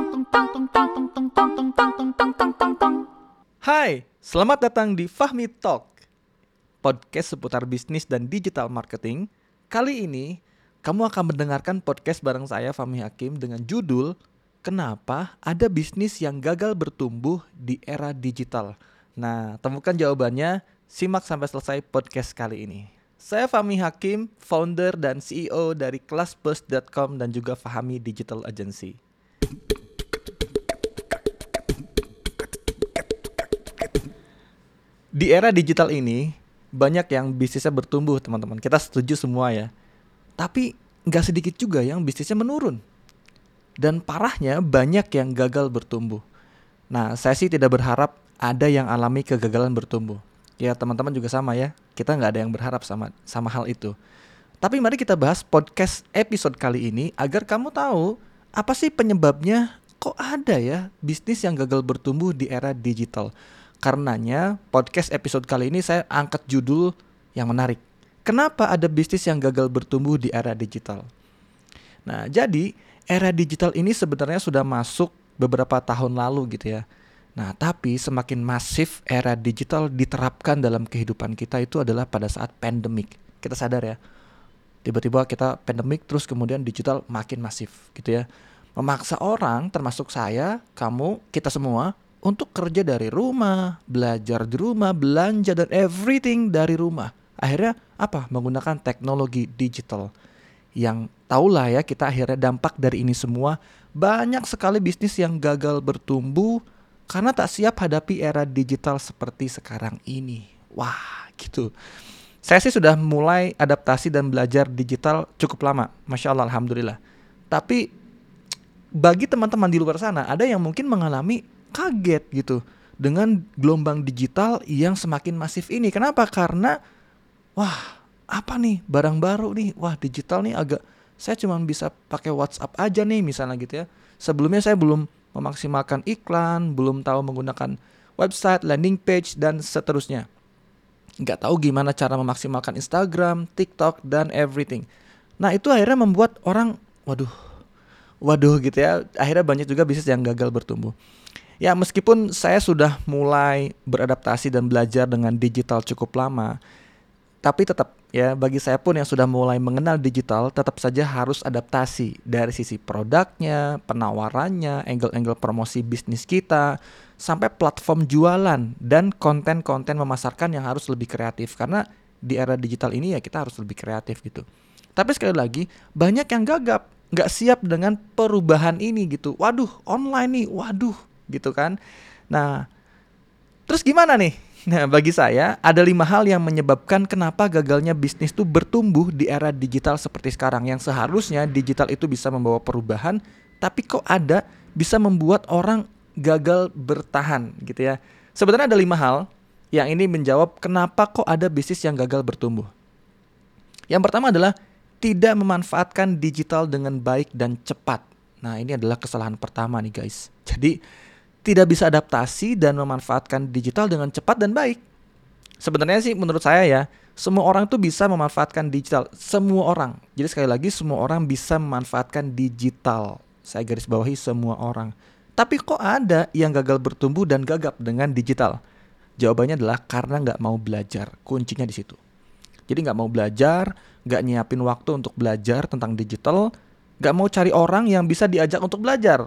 Hai, selamat datang di Fahmi Talk, podcast seputar bisnis dan digital marketing. Kali ini, kamu akan mendengarkan podcast bareng saya, Fahmi Hakim, dengan judul Kenapa Ada Bisnis yang Gagal Bertumbuh di Era Digital. Nah, temukan jawabannya, simak sampai selesai podcast kali ini. Saya Fahmi Hakim, founder dan CEO dari kelasbus.com dan juga Fahami Digital Agency. Di era digital ini, banyak yang bisnisnya bertumbuh, teman-teman. Kita setuju semua ya. Tapi nggak sedikit juga yang bisnisnya menurun. Dan parahnya banyak yang gagal bertumbuh. Nah, saya sih tidak berharap ada yang alami kegagalan bertumbuh. Ya, teman-teman juga sama ya. Kita nggak ada yang berharap sama hal itu. Tapi mari kita bahas podcast episode kali ini agar kamu tahu apa sih penyebabnya kok ada ya bisnis yang gagal bertumbuh di era digital. Karenanya podcast episode kali ini saya angkat judul yang menarik. Kenapa ada bisnis yang gagal bertumbuh di era digital? Nah, jadi era digital ini sebenarnya sudah masuk beberapa tahun lalu gitu ya. Nah, tapi semakin masif era digital diterapkan dalam kehidupan kita itu adalah pada saat pandemik. Kita sadar ya, tiba-tiba kita pandemik terus kemudian digital makin masif gitu ya. Memaksa orang termasuk saya, kamu, kita semua untuk kerja dari rumah, belajar di rumah, belanja dan everything dari rumah. Akhirnya apa? Menggunakan teknologi digital. Yang tahulah ya kita akhirnya dampak dari ini semua. Banyak sekali bisnis yang gagal bertumbuh karena tak siap hadapi era digital seperti sekarang ini. Wah gitu. Saya sih sudah mulai adaptasi dan belajar digital cukup lama. Masya Allah, Alhamdulillah. Tapi bagi teman-teman di luar sana, ada yang mungkin mengalami kaget gitu dengan gelombang digital yang semakin masif ini. Kenapa? Karena wah, apa nih barang baru nih? Wah, digital nih agak saya cuma bisa pakai WhatsApp aja nih misalnya gitu ya. Sebelumnya saya belum memaksimalkan iklan, belum tahu menggunakan website, landing page dan seterusnya. Nggak tahu gimana cara memaksimalkan Instagram, TikTok dan everything. Nah, itu akhirnya membuat orang waduh gitu ya. Akhirnya banyak juga bisnis yang gagal bertumbuh. Ya, meskipun saya sudah mulai beradaptasi dan belajar dengan digital cukup lama, tapi tetap ya bagi saya pun yang sudah mulai mengenal digital tetap saja harus adaptasi dari sisi produknya, penawarannya, angle-angle promosi bisnis kita, sampai platform jualan dan konten-konten memasarkan yang harus lebih kreatif. Karena di era digital ini ya kita harus lebih kreatif gitu. Tapi sekali lagi banyak yang gagap, nggak siap dengan perubahan ini gitu. Waduh, online nih, waduh gitu kan. Nah, terus gimana nih? Nah, bagi saya ada 5 hal yang menyebabkan kenapa gagalnya bisnis itu bertumbuh di era digital seperti sekarang. Yang seharusnya digital itu bisa membawa perubahan, tapi kok ada bisa membuat orang gagal bertahan gitu ya. Sebenarnya ada 5 hal yang ini menjawab kenapa kok ada bisnis yang gagal bertumbuh. Yang pertama adalah tidak memanfaatkan digital dengan baik dan cepat. Nah, ini adalah kesalahan pertama nih guys. Jadi tidak bisa adaptasi dan memanfaatkan digital dengan cepat dan baik. Sebenarnya sih menurut saya ya, semua orang tuh bisa memanfaatkan digital. Semua orang. Jadi sekali lagi semua orang bisa memanfaatkan digital. Saya garis bawahi semua orang. Tapi kok ada yang gagal bertumbuh dan gagap dengan digital? Jawabannya adalah karena nggak mau belajar. Kuncinya di situ. Jadi nggak mau belajar, nggak nyiapin waktu untuk belajar tentang digital, nggak mau cari orang yang bisa diajak untuk belajar.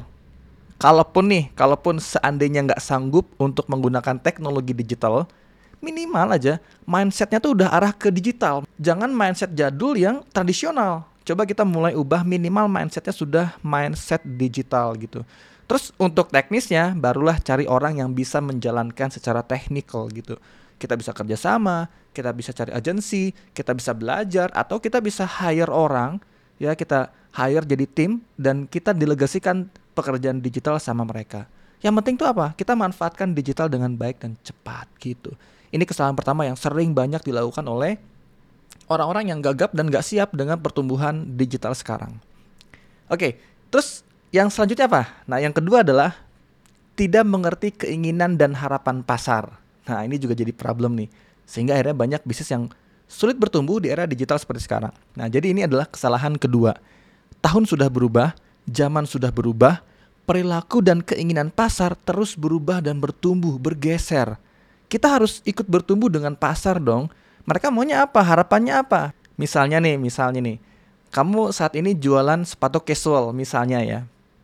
Kalaupun seandainya nggak sanggup untuk menggunakan teknologi digital, minimal aja mindsetnya tuh udah arah ke digital. Jangan mindset jadul yang tradisional. Coba kita mulai ubah minimal mindsetnya sudah mindset digital gitu. Terus untuk teknisnya barulah cari orang yang bisa menjalankan secara teknikal gitu. Kita bisa kerjasama, kita bisa cari agensi, kita bisa belajar, atau kita bisa hire orang. Ya, kita hire jadi tim dan kita delegasikan pekerjaan digital sama mereka. Yang penting tuh apa? Kita manfaatkan digital dengan baik dan cepat gitu. Ini kesalahan pertama yang sering banyak dilakukan oleh orang-orang yang gagap dan gak siap dengan pertumbuhan digital sekarang. Oke, terus yang selanjutnya apa? Nah, yang kedua adalah tidak mengerti keinginan dan harapan pasar. Nah, ini juga jadi problem nih. Sehingga akhirnya banyak bisnis yang sulit bertumbuh di era digital seperti sekarang. Nah, jadi ini adalah kesalahan kedua. Tahun sudah berubah, zaman sudah berubah, perilaku dan keinginan pasar terus berubah dan bertumbuh, bergeser. Kita harus ikut bertumbuh dengan pasar dong. Mereka maunya apa? Harapannya apa? Misalnya nih, kamu saat ini jualan sepatu casual misalnya ya.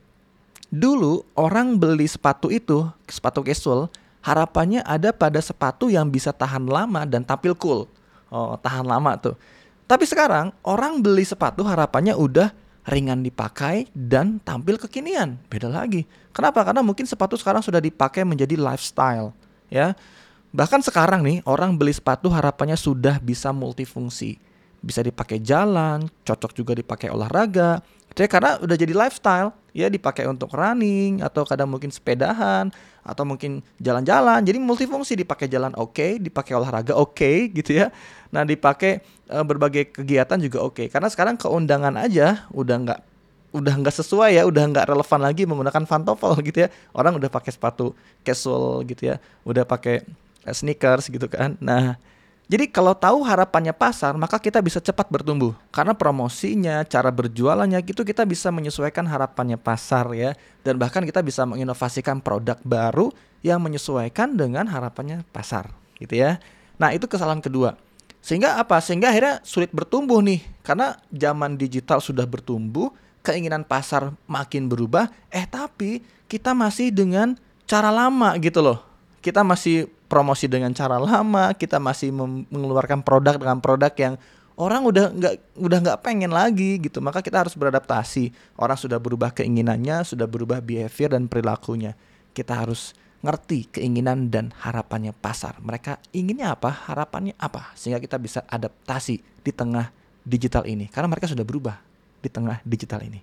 Dulu orang beli sepatu casual, harapannya ada pada sepatu yang bisa tahan lama dan tampil cool. Oh, tahan lama tuh. Tapi sekarang orang beli sepatu harapannya udah ringan dipakai dan tampil kekinian. Beda lagi. Kenapa? Karena mungkin sepatu sekarang sudah dipakai menjadi lifestyle, ya. Bahkan sekarang nih orang beli sepatu harapannya sudah bisa multifungsi. Bisa dipakai jalan, cocok juga dipakai olahraga. Jadi karena udah jadi lifestyle, ya dipakai untuk running atau kadang mungkin sepedahan atau mungkin jalan-jalan. Jadi multifungsi, dipakai jalan oke, dipakai olahraga oke gitu ya. Nah, dipakai berbagai kegiatan juga oke. Karena sekarang keundangan aja udah nggak sesuai ya, udah nggak relevan lagi menggunakan pantofel gitu ya. Orang udah pakai sepatu casual gitu ya, udah pakai sneakers gitu kan. Nah, jadi kalau tahu harapannya pasar, maka kita bisa cepat bertumbuh. Karena promosinya, cara berjualannya gitu kita bisa menyesuaikan harapannya pasar ya. Dan bahkan kita bisa menginovasikan produk baru yang menyesuaikan dengan harapannya pasar gitu ya. Nah, itu kesalahan kedua. Sehingga apa? Sehingga akhirnya sulit bertumbuh nih. Karena zaman digital sudah bertumbuh, keinginan pasar makin berubah, tapi kita masih dengan cara lama gitu loh. Kita masih promosi dengan cara lama, kita masih mengeluarkan produk dengan produk yang orang udah nggak pengen lagi gitu. Maka kita harus beradaptasi. Orang sudah berubah keinginannya, sudah berubah behavior dan perilakunya. Kita harus ngerti keinginan dan harapannya pasar. Mereka inginnya apa, harapannya apa, sehingga kita bisa adaptasi di tengah digital ini. Karena mereka sudah berubah di tengah digital ini.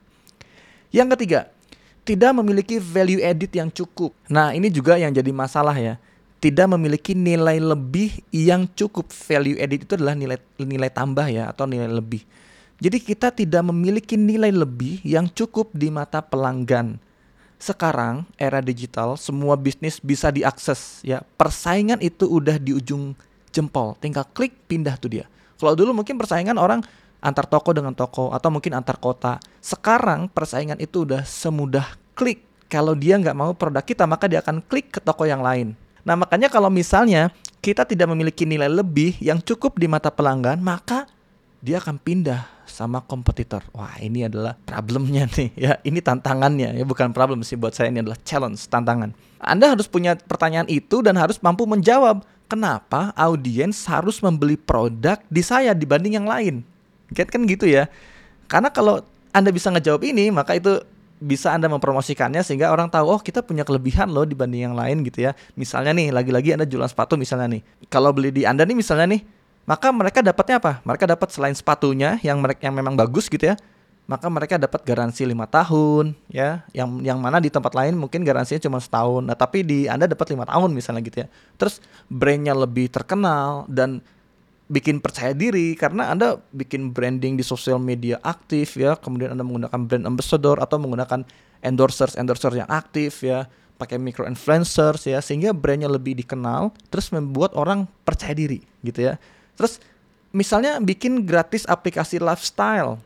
Yang ketiga, tidak memiliki value added yang cukup. Nah, ini juga yang jadi masalah ya. Tidak memiliki nilai lebih yang cukup. Value added itu adalah nilai tambah ya, atau nilai lebih. Jadi kita tidak memiliki nilai lebih yang cukup di mata pelanggan. Sekarang era digital, semua bisnis bisa diakses ya. Persaingan itu udah di ujung jempol. Tinggal klik, pindah tuh dia. Kalau dulu mungkin persaingan orang antar toko dengan toko atau mungkin antar kota. Sekarang persaingan itu udah semudah klik. Kalau dia nggak mau produk kita, maka dia akan klik ke toko yang lain. Nah, makanya kalau misalnya kita tidak memiliki nilai lebih yang cukup di mata pelanggan, maka dia akan pindah sama kompetitor. Wah, ini adalah problemnya nih ya. Ini tantangannya ya, bukan problem sih buat saya, ini adalah challenge, tantangan. Anda harus punya pertanyaan itu dan harus mampu menjawab. Kenapa audiens harus membeli produk di saya dibanding yang lain? Kan gitu ya. Karena kalau Anda bisa ngejawab ini, maka itu bisa Anda mempromosikannya sehingga orang tahu, oh kita punya kelebihan loh dibanding yang lain gitu ya. Misalnya nih, lagi-lagi Anda jualan sepatu misalnya nih. Kalau beli di Anda nih misalnya nih, maka mereka dapatnya apa? Mereka dapat selain sepatunya yang memang bagus gitu ya, maka mereka dapat garansi 5 tahun ya. Yang mana di tempat lain mungkin garansinya cuma setahun. Nah, tapi di Anda dapat 5 tahun misalnya gitu ya. Terus brandnya lebih terkenal dan bikin percaya diri karena Anda bikin branding di sosial media aktif ya, kemudian Anda menggunakan brand ambassador atau menggunakan endorser yang aktif ya, pakai micro influencers ya, sehingga brandnya lebih dikenal, terus membuat orang percaya diri gitu ya. Terus misalnya bikin gratis aplikasi lifestyle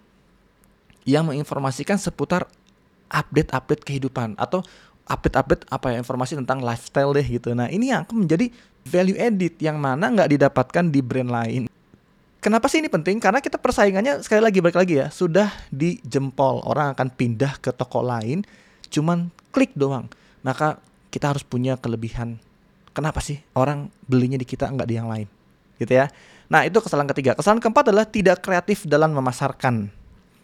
yang menginformasikan seputar update-update kehidupan atau update-update apa ya, informasi tentang lifestyle deh gitu. Nah, ini yang akan menjadi value added yang mana nggak didapatkan di brand lain. Kenapa sih ini penting? Karena kita persaingannya balik lagi ya, sudah di jempol. Orang akan pindah ke toko lain, cuman klik doang. Maka kita harus punya kelebihan. Kenapa sih orang belinya di kita nggak di yang lain? Gitu ya. Nah, itu kesalahan ketiga. Kesalahan keempat adalah tidak kreatif dalam memasarkan.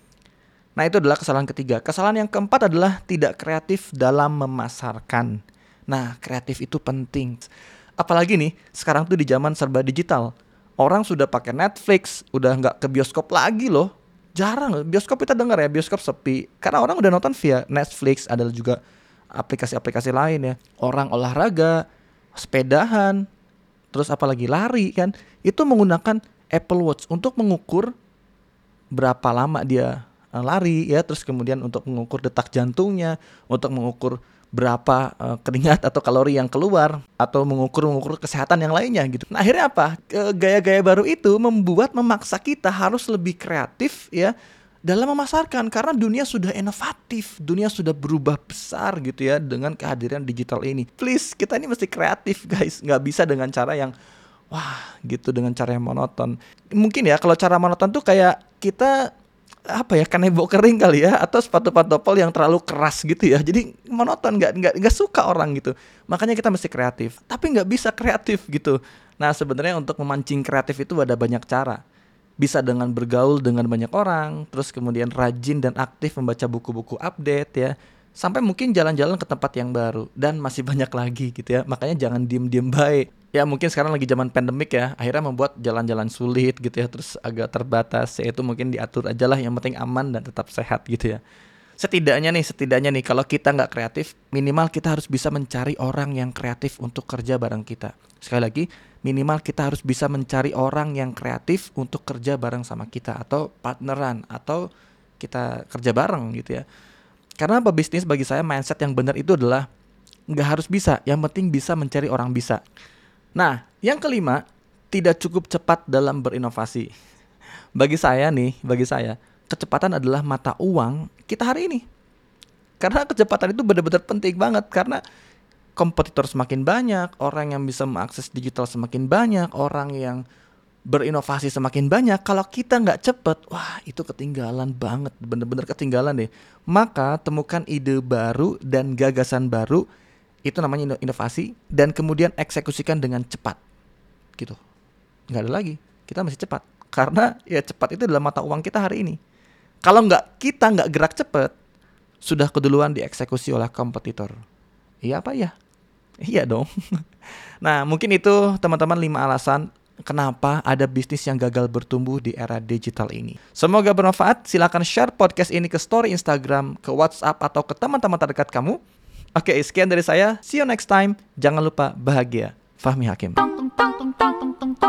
Nah, itu adalah kesalahan ketiga. Kesalahan yang keempat adalah tidak kreatif dalam memasarkan. Nah, kreatif itu penting. Apalagi nih, sekarang tuh di zaman serba digital. Orang sudah pakai Netflix, udah nggak ke bioskop lagi loh. Jarang, bioskop kita dengar ya, bioskop sepi. Karena orang udah nonton via Netflix, ada juga aplikasi-aplikasi lain ya. Orang olahraga, sepedahan, terus apalagi lari kan. Itu menggunakan Apple Watch untuk mengukur berapa lama dia lari ya, terus kemudian untuk mengukur detak jantungnya, untuk mengukur berapa keringat atau kalori yang keluar, atau mengukur kesehatan yang lainnya gitu. Nah, akhirnya apa? Gaya-gaya baru itu memaksa kita harus lebih kreatif ya, dalam memasarkan, karena dunia sudah inovatif, dunia sudah berubah besar gitu ya dengan kehadiran digital ini. Please, kita ini mesti kreatif guys, nggak bisa dengan cara yang wah gitu, dengan cara yang monoton. Mungkin ya kalau cara monoton tuh kayak kita apa ya, kanebo kering kali ya, atau sepatu pantopel yang terlalu keras gitu ya, jadi monoton, nggak suka orang gitu. Makanya kita mesti kreatif, tapi nggak bisa kreatif gitu. Nah sebenarnya untuk memancing kreatif itu ada banyak cara. Bisa dengan bergaul dengan banyak orang, terus kemudian rajin dan aktif membaca buku-buku update ya, sampai mungkin jalan-jalan ke tempat yang baru, dan masih banyak lagi gitu ya. Makanya jangan diem-diem baik. Ya mungkin sekarang lagi zaman pandemik ya, akhirnya membuat jalan-jalan sulit gitu ya, terus agak terbatas, yaitu mungkin diatur aja lah, yang penting aman dan tetap sehat gitu ya. Setidaknya nih kalau kita nggak kreatif, minimal kita harus bisa mencari orang yang kreatif untuk kerja bareng kita. Sekali lagi, minimal kita harus bisa mencari orang yang kreatif untuk kerja bareng sama kita, atau partneran, atau kita kerja bareng gitu ya. Karena apa, bisnis bagi saya mindset yang benar itu adalah nggak harus bisa, yang penting bisa mencari orang bisa. Nah, yang kelima, tidak cukup cepat dalam berinovasi. Bagi saya, kecepatan adalah mata uang kita hari ini. Karena kecepatan itu benar-benar penting banget, karena kompetitor semakin banyak, orang yang bisa mengakses digital semakin banyak, orang yang berinovasi semakin banyak. Kalau kita nggak cepet, wah itu ketinggalan banget, bener-bener ketinggalan deh. Maka temukan ide baru dan gagasan baru, itu namanya inovasi, dan kemudian eksekusikan dengan cepat gitu. Nggak ada lagi, kita masih cepat, karena ya cepat itu adalah mata uang kita hari ini. Kalau kita nggak gerak cepat, sudah keduluan dieksekusi oleh kompetitor. Iya apa ya? Iya dong. Nah mungkin itu teman-teman 5 alasan kenapa ada bisnis yang gagal bertumbuh di era digital ini. Semoga bermanfaat. Silakan share podcast ini ke story Instagram, ke WhatsApp, atau ke teman-teman terdekat kamu. Oke, sekian dari saya. See you next time. Jangan lupa bahagia. Fahmi Hakim.